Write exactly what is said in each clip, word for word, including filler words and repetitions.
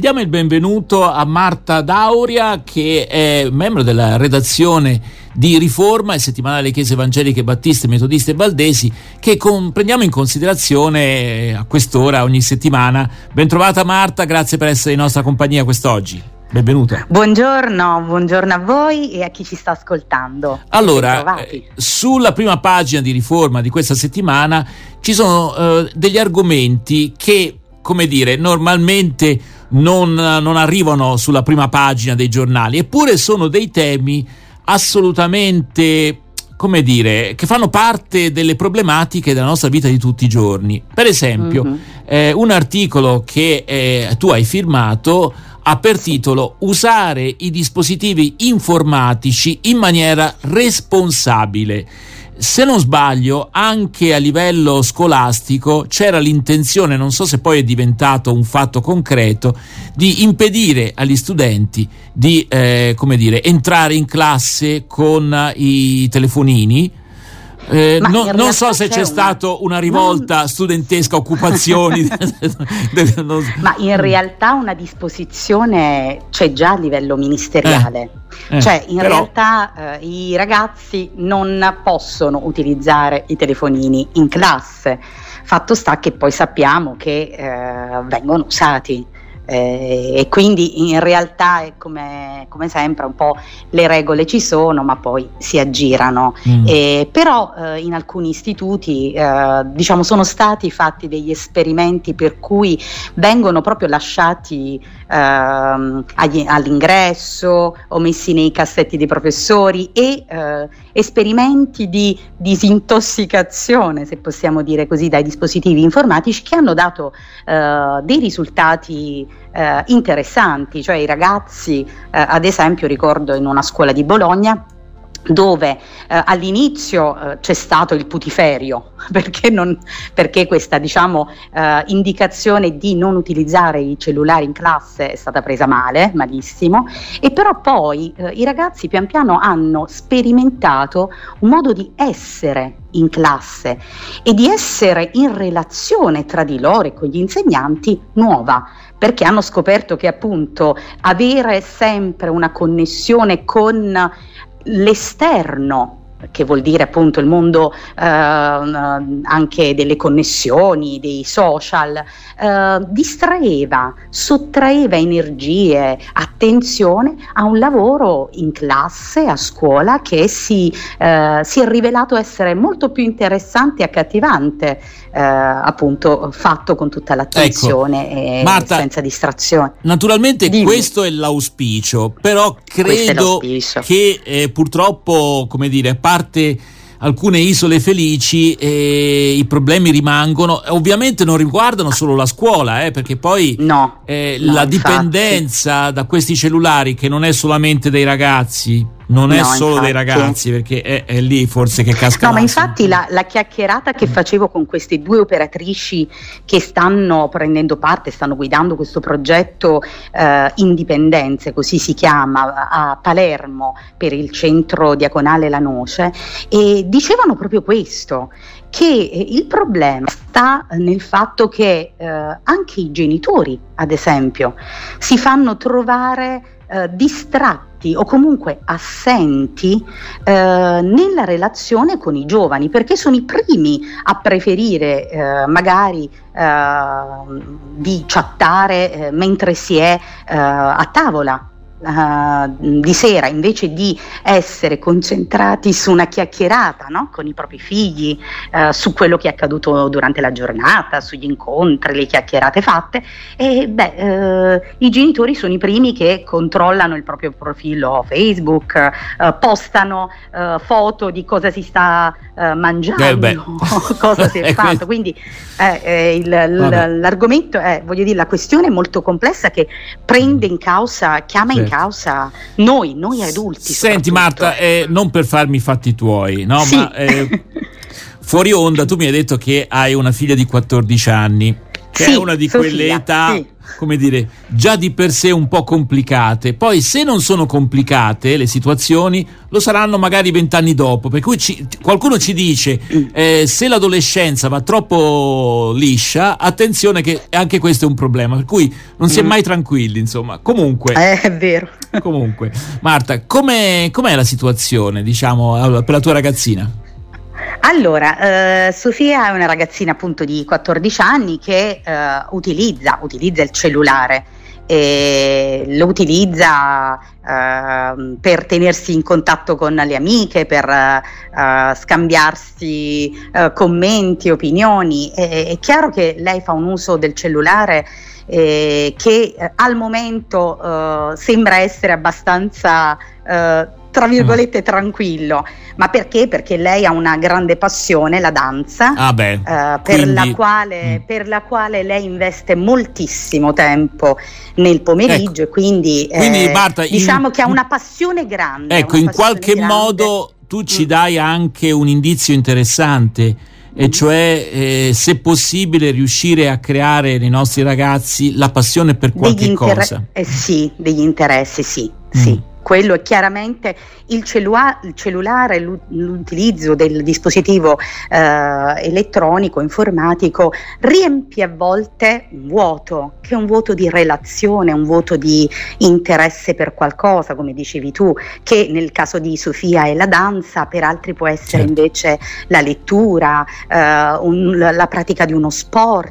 diamo il benvenuto a Marta Dauria, che è membro della redazione di Riforma, il settimanale delle chiese evangeliche battiste, metodiste e valdesi, che con, prendiamo in considerazione a quest'ora ogni settimana. Bentrovata Marta, grazie per essere in nostra compagnia quest'oggi. Benvenuta. Buongiorno, buongiorno a voi e a chi ci sta ascoltando. Allora, eh, sulla prima pagina di Riforma di questa settimana ci sono eh, degli argomenti che, come dire, normalmente non, non arrivano sulla prima pagina dei giornali, eppure sono dei temi assolutamente, come dire, che fanno parte delle problematiche della nostra vita di tutti i giorni. Per esempio, mm-hmm. eh, un articolo che eh, tu hai firmato ha per titolo "Usare i dispositivi informatici in maniera responsabile". Se non sbaglio, anche a livello scolastico c'era l'intenzione, non so se poi è diventato un fatto concreto, di impedire agli studenti di, eh, come dire, entrare in classe con i telefonini. Eh, non, non so se c'è, c'è stata una... una rivolta non... studentesca, occupazioni. Ma in realtà una disposizione c'è già a livello ministeriale. Eh, eh, cioè in però... realtà eh, i ragazzi non possono utilizzare i telefonini in classe. Fatto sta che poi sappiamo che eh, vengono usati. Eh, e quindi in realtà è come, come sempre un po' le regole ci sono ma poi si aggirano, mm. eh, però eh, in alcuni istituti eh, diciamo sono stati fatti degli esperimenti per cui vengono proprio lasciati eh, agli, all'ingresso o messi nei cassetti dei professori e eh, esperimenti di disintossicazione, se possiamo dire così, dai dispositivi informatici che hanno dato eh, dei risultati Eh, interessanti. Cioè i ragazzi, eh, ad esempio ricordo in una scuola di Bologna dove eh, all'inizio eh, c'è stato il putiferio perché, non, perché questa diciamo eh, indicazione di non utilizzare i cellulari in classe è stata presa male, malissimo, e però poi eh, i ragazzi pian piano hanno sperimentato un modo di essere in classe e di essere in relazione tra di loro e con gli insegnanti nuova, perché hanno scoperto che appunto avere sempre una connessione con l'esterno, che vuol dire appunto il mondo eh, anche delle connessioni, dei social, eh, distraeva, sottraeva energie, attenzione a un lavoro in classe, a scuola, che si, eh, si è rivelato essere molto più interessante e accattivante, eh, appunto fatto con tutta l'attenzione, ecco, e Marta, senza distrazione. Naturalmente Dimmi. Questo è l'auspicio, però credo che eh, purtroppo, come dire, parte alcune isole felici e i problemi rimangono. Ovviamente non riguardano solo la scuola, eh, perché poi no, eh, no, la infatti. dipendenza da questi cellulari, che non è solamente dei ragazzi, non è no, solo infatti. dei ragazzi, perché è, è lì forse che casca. No, ma infatti la, la chiacchierata che facevo con queste due operatrici che stanno prendendo parte, stanno guidando questo progetto eh, Indipendenze, così si chiama, a Palermo per il centro diaconale La Noce, e dicevano proprio questo, che il problema sta nel fatto che eh, anche i genitori, ad esempio, si fanno trovare eh, distratti o comunque assenti eh, nella relazione con i giovani, perché sono i primi a preferire eh, magari eh, di chattare eh, mentre si è eh, a tavola Uh, di sera, invece di essere concentrati su una chiacchierata, no? Con i propri figli, uh, su quello che è accaduto durante la giornata, sugli incontri, le chiacchierate fatte. E beh, uh, i genitori sono i primi che controllano il proprio profilo Facebook, uh, postano uh, foto di cosa si sta uh, mangiando, eh cosa si è fatto. Quindi eh, eh, il, l, l'argomento è, voglio dire, la questione è molto complessa, che prende in causa, chiama in causa noi, noi adulti. Senti Marta, eh, non per farmi i fatti tuoi, no? Sì. Ma eh, fuori onda tu mi hai detto che hai una figlia di quattordici anni, che sì, è una di Sofia, quelle età sì. come dire, già di per sé un po' complicate. Poi se non sono complicate le situazioni, lo saranno magari vent'anni dopo, per cui ci, qualcuno ci dice eh, se l'adolescenza va troppo liscia, attenzione che anche questo è un problema, per cui non si è mai tranquilli, insomma. Comunque eh, è vero. Comunque Marta, com'è, com'è la situazione, diciamo, per la tua ragazzina? Allora, eh, Sofia è una ragazzina appunto di quattordici anni che eh, utilizza, utilizza il cellulare, e lo utilizza eh, per tenersi in contatto con le amiche, per eh, scambiarsi eh, commenti, opinioni. E, è chiaro che lei fa un uso del cellulare eh, che eh, al momento eh, sembra essere abbastanza eh, tra virgolette tranquillo, ma perché? Perché lei ha una grande passione, la danza, ah beh, eh, per, quindi... la quale, per la quale lei investe moltissimo tempo nel pomeriggio, ecco. E quindi, eh, quindi Marta, diciamo in... che ha una passione grande. Ecco, una in passione qualche grande. modo tu ci dai anche un indizio interessante, e cioè eh, se possibile riuscire a creare nei nostri ragazzi la passione per qualche degli inter- cosa. Eh sì, degli interessi, sì, mm. sì. Quello è chiaramente il, cellua- il cellulare, l'utilizzo del dispositivo eh, elettronico, informatico, riempie a volte un vuoto, che è un vuoto di relazione, un vuoto di interesse per qualcosa, come dicevi tu, che nel caso di Sofia è la danza, per altri può essere certo. invece la lettura, eh, un, la pratica di uno sport,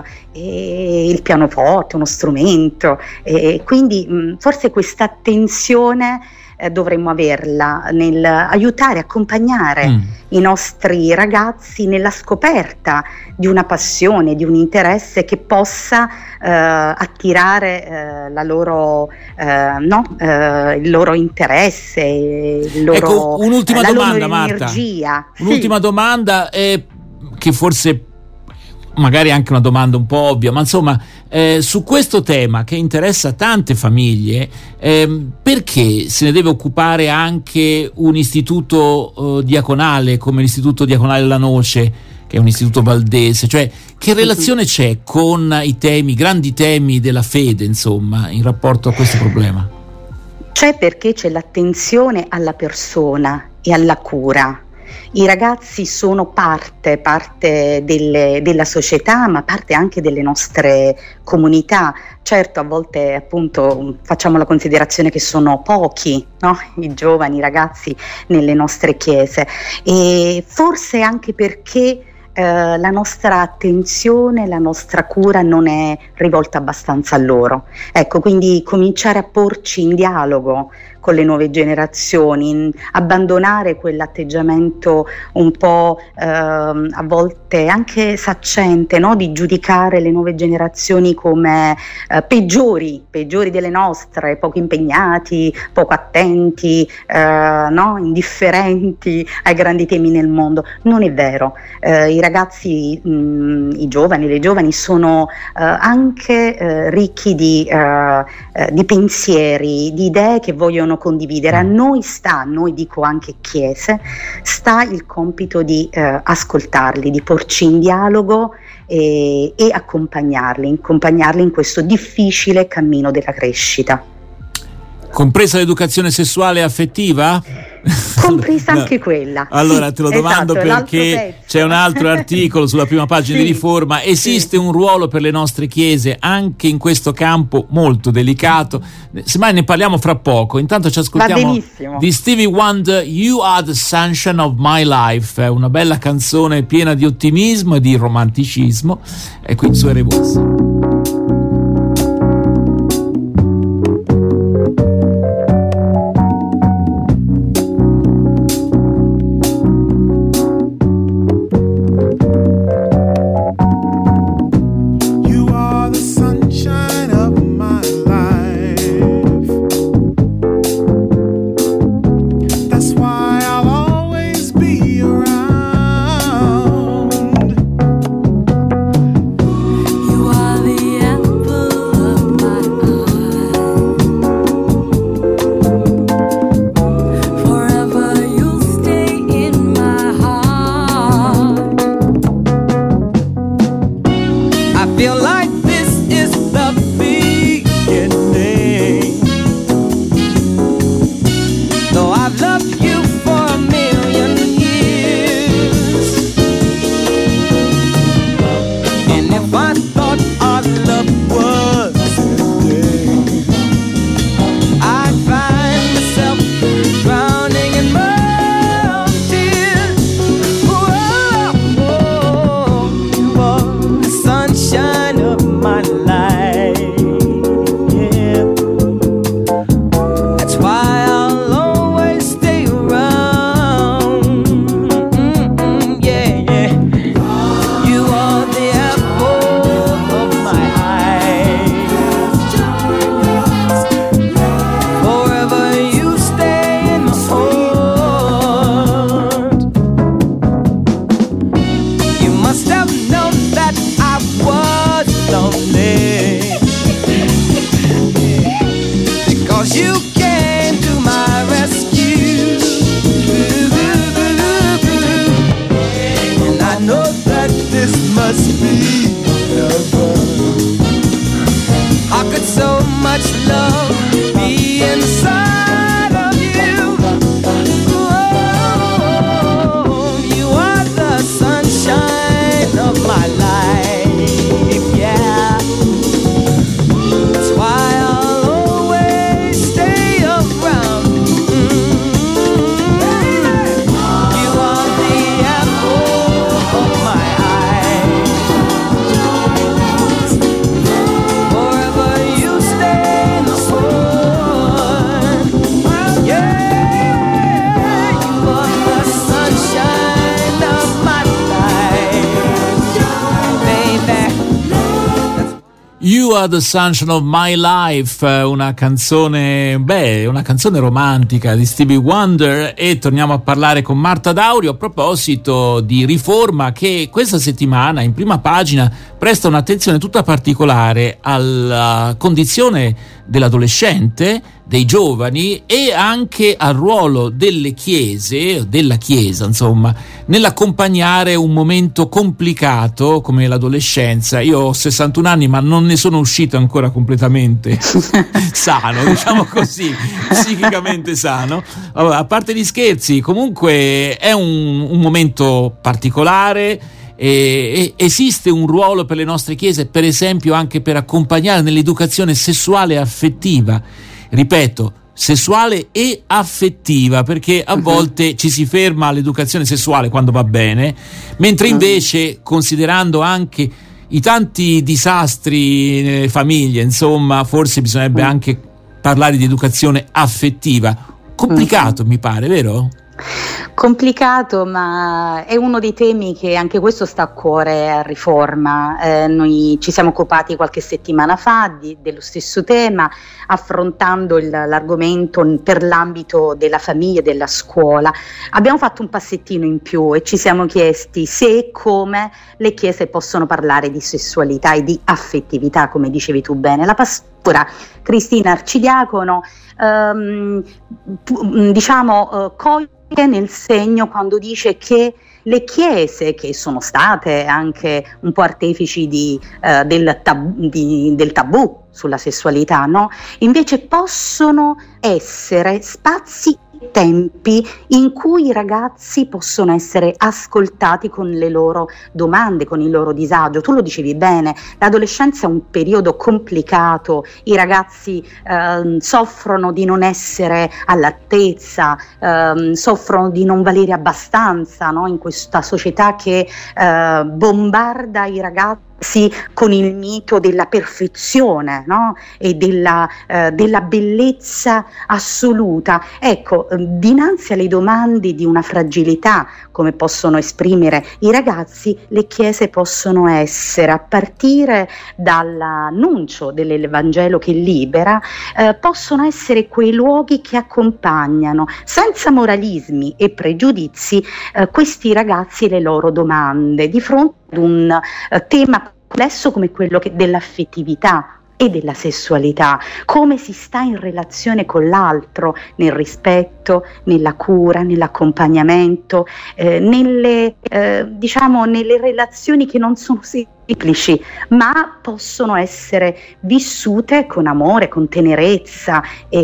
e il pianoforte, uno strumento, e quindi mh, forse questa attenzione eh, dovremmo averla nel aiutare, accompagnare mm. i nostri ragazzi nella scoperta di una passione, di un interesse che possa eh, attirare eh, la loro, eh, no? eh, il loro interesse, il loro, ecco, un'ultima la domanda, loro energia. Marta. Un'ultima sì. domanda eh, che forse magari anche una domanda un po' ovvia, ma insomma eh, su questo tema che interessa tante famiglie, eh, perché se ne deve occupare anche un istituto eh, diaconale come l'Istituto Diaconale La Noce, che è un istituto valdese? Cioè, che relazione c'è con i temi, grandi temi della fede, insomma, in rapporto a questo problema? C'è, perché c'è l'attenzione alla persona e alla cura. I ragazzi sono parte, parte delle, della società, ma parte anche delle nostre comunità. Certo, a volte appunto facciamo la considerazione che sono pochi, no? I giovani, i ragazzi nelle nostre chiese, e forse anche perché eh, la nostra attenzione, la nostra cura non è rivolta abbastanza a loro. Ecco, quindi cominciare a porci in dialogo con le nuove generazioni, abbandonare quell'atteggiamento un po' ehm, a volte anche saccente, no? Di giudicare le nuove generazioni come eh, peggiori, peggiori delle nostre, poco impegnati, poco attenti, eh, no? indifferenti ai grandi temi nel mondo. Non è vero, eh, i ragazzi, mh, i giovani, le giovani sono eh, anche eh, ricchi di, eh, eh, di pensieri, di idee che vogliono condividere. A noi sta, a noi dico anche chiese, sta il compito di eh, ascoltarli, di porci in dialogo e, e accompagnarli, accompagnarli in questo difficile cammino della crescita. Compresa l'educazione sessuale e affettiva? Compresa no. anche quella. Allora te lo domando, esatto, perché c'è un altro articolo sulla prima pagina sì, di Riforma. Esiste sì. un ruolo per le nostre chiese anche in questo campo molto delicato. Semmai ne parliamo fra poco. Intanto ci ascoltiamo di Stevie Wonder, You Are the Sunshine of My Life. È una bella canzone piena di ottimismo e di romanticismo. E qui su R W S. You are the are the sunshine of my life, una canzone, beh, una canzone romantica di Stevie Wonder, e torniamo a parlare con Marta Daurio a proposito di riforma, che questa settimana in prima pagina presta un'attenzione tutta particolare alla condizione dell'adolescente, dei giovani, e anche al ruolo delle chiese, della chiesa insomma, nell'accompagnare un momento complicato come l'adolescenza. Io ho sessantuno anni ma non ne sono uscito ancora completamente sano, diciamo così, psichicamente sano. Allora, a parte gli scherzi, comunque è un, un momento particolare. E, e esiste un ruolo per le nostre chiese, per esempio anche per accompagnare nell'educazione sessuale e affettiva, ripeto, sessuale e affettiva, perché a uh-huh. volte ci si ferma all'educazione sessuale quando va bene, mentre invece, considerando anche i tanti disastri nelle famiglie, insomma, forse bisognerebbe uh-huh. anche parlare di educazione affettiva. Complicato, uh-huh. mi pare, vero? Complicato, ma è uno dei temi che anche questo sta a cuore a Riforma. Eh, noi ci siamo occupati qualche settimana fa di, dello stesso tema, affrontando il, l'argomento per l'ambito della famiglia e della scuola. Abbiamo fatto un passettino in più e ci siamo chiesti se e come le chiese possono parlare di sessualità e di affettività, come dicevi tu bene. La pastora Cristina Arcidiacono ehm, diciamo eh, coglie nel segno quando dice che le chiese, che sono state anche un po' artefici di, eh, del, tab- di, del tabù sulla sessualità, no? Invece possono essere spazi e tempi in cui i ragazzi possono essere ascoltati con le loro domande, con il loro disagio. Tu lo dicevi bene, l'adolescenza è un periodo complicato, i ragazzi eh, soffrono di non essere all'altezza, eh, soffrono di non valere abbastanza, no? In questa società che eh, bombarda i ragazzi con il mito della perfezione, no? E della, eh, della bellezza assoluta. Ecco, eh, dinanzi alle domande di una fragilità come possono esprimere i ragazzi, le chiese possono essere, a partire dall'annuncio dell'Evangelo che libera, eh, possono essere quei luoghi che accompagnano senza moralismi e pregiudizi eh, questi ragazzi e le loro domande di fronte ad un uh, tema complesso come quello che dell'affettività e della sessualità, come si sta in relazione con l'altro, nel rispetto, nella cura, nell'accompagnamento, eh, nelle, eh, diciamo, nelle relazioni che non sono semplici, ma possono essere vissute con amore, con tenerezza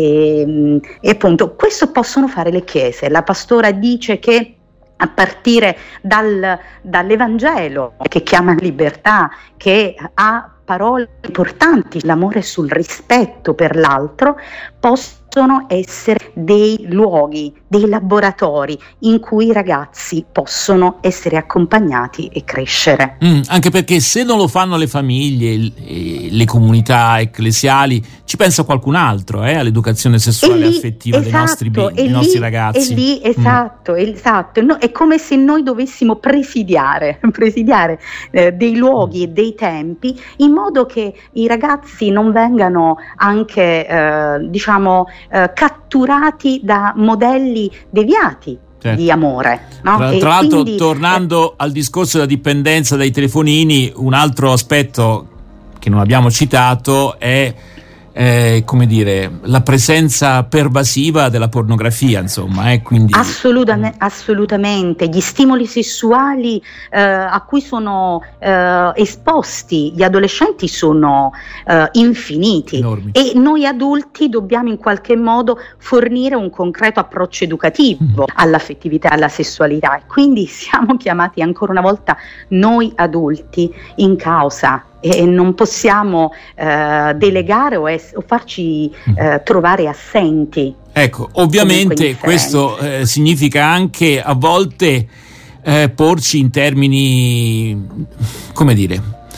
e, e appunto questo possono fare le chiese. La pastora dice che a partire dal, dall'Evangelo che chiama libertà, che ha parole importanti, l'amore sul rispetto per l'altro, possono essere dei luoghi, dei laboratori in cui i ragazzi possono essere accompagnati e crescere. Mm, anche perché se non lo fanno le famiglie, le comunità ecclesiali, ci pensa qualcun altro eh, all'educazione sessuale e affettiva esatto, dei nostri, dei lì, nostri ragazzi. E lì, esatto, mm. esatto. No, è come se noi dovessimo presidiare, presidiare eh, dei luoghi e dei tempi in modo che i ragazzi non vengano anche, eh, diciamo, eh, catturati da modelli deviati. Certo. Di amore, no? Tra, tra l'altro, quindi, tornando eh, al discorso della dipendenza dai telefonini, un altro aspetto che non abbiamo citato è Eh, come dire, la presenza pervasiva della pornografia, insomma, eh, quindi assolutamente, assolutamente. Gli stimoli sessuali eh, a cui sono eh, esposti gli adolescenti sono eh, infiniti. Enormi. E noi adulti dobbiamo in qualche modo fornire un concreto approccio educativo mm. all'affettività, alla sessualità, e quindi siamo chiamati ancora una volta noi adulti in causa. E non possiamo eh, delegare o, es- o farci eh, trovare assenti. Ecco, ovviamente questo eh, significa anche a volte eh, porci in termini, come dire,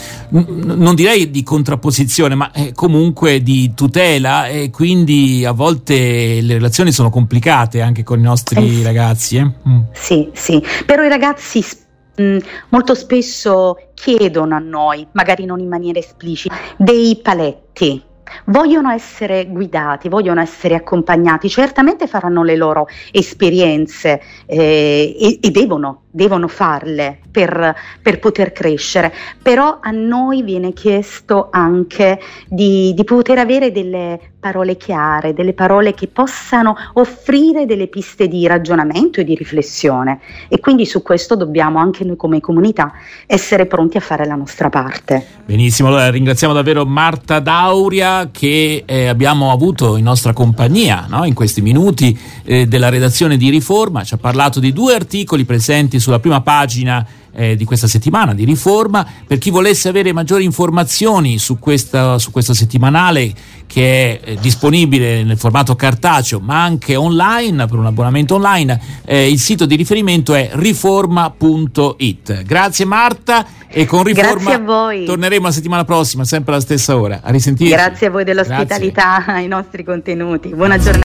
n- non direi di contrapposizione, ma eh, comunque di tutela, e quindi a volte le relazioni sono complicate anche con i nostri eh, ragazzi. Eh? Mm. Sì, sì, però i ragazzi mh, molto spesso chiedono a noi, magari non in maniera esplicita, dei paletti. Vogliono essere guidati, vogliono essere accompagnati, certamente faranno le loro esperienze eh, e, e devono, devono farle per, per poter crescere, però a noi viene chiesto anche di, di poter avere delle parole chiare, delle parole che possano offrire delle piste di ragionamento e di riflessione, e quindi su questo dobbiamo anche noi come comunità essere pronti a fare la nostra parte. Benissimo, allora ringraziamo davvero Marta Dauria che eh, abbiamo avuto in nostra compagnia, no? In questi minuti eh, della redazione di Riforma. Ci ha parlato di due articoli presenti sulla prima pagina eh, di questa settimana di Riforma. Per chi volesse avere maggiori informazioni su questa, su questo settimanale, che è eh, disponibile nel formato cartaceo ma anche online per un abbonamento online, eh, il sito di riferimento è riforma punto it. Grazie Marta, e con Riforma Grazie a voi. Torneremo la settimana prossima sempre alla stessa ora. A risentirci. Grazie a voi dell'ospitalità ai nostri contenuti. Buona giornata.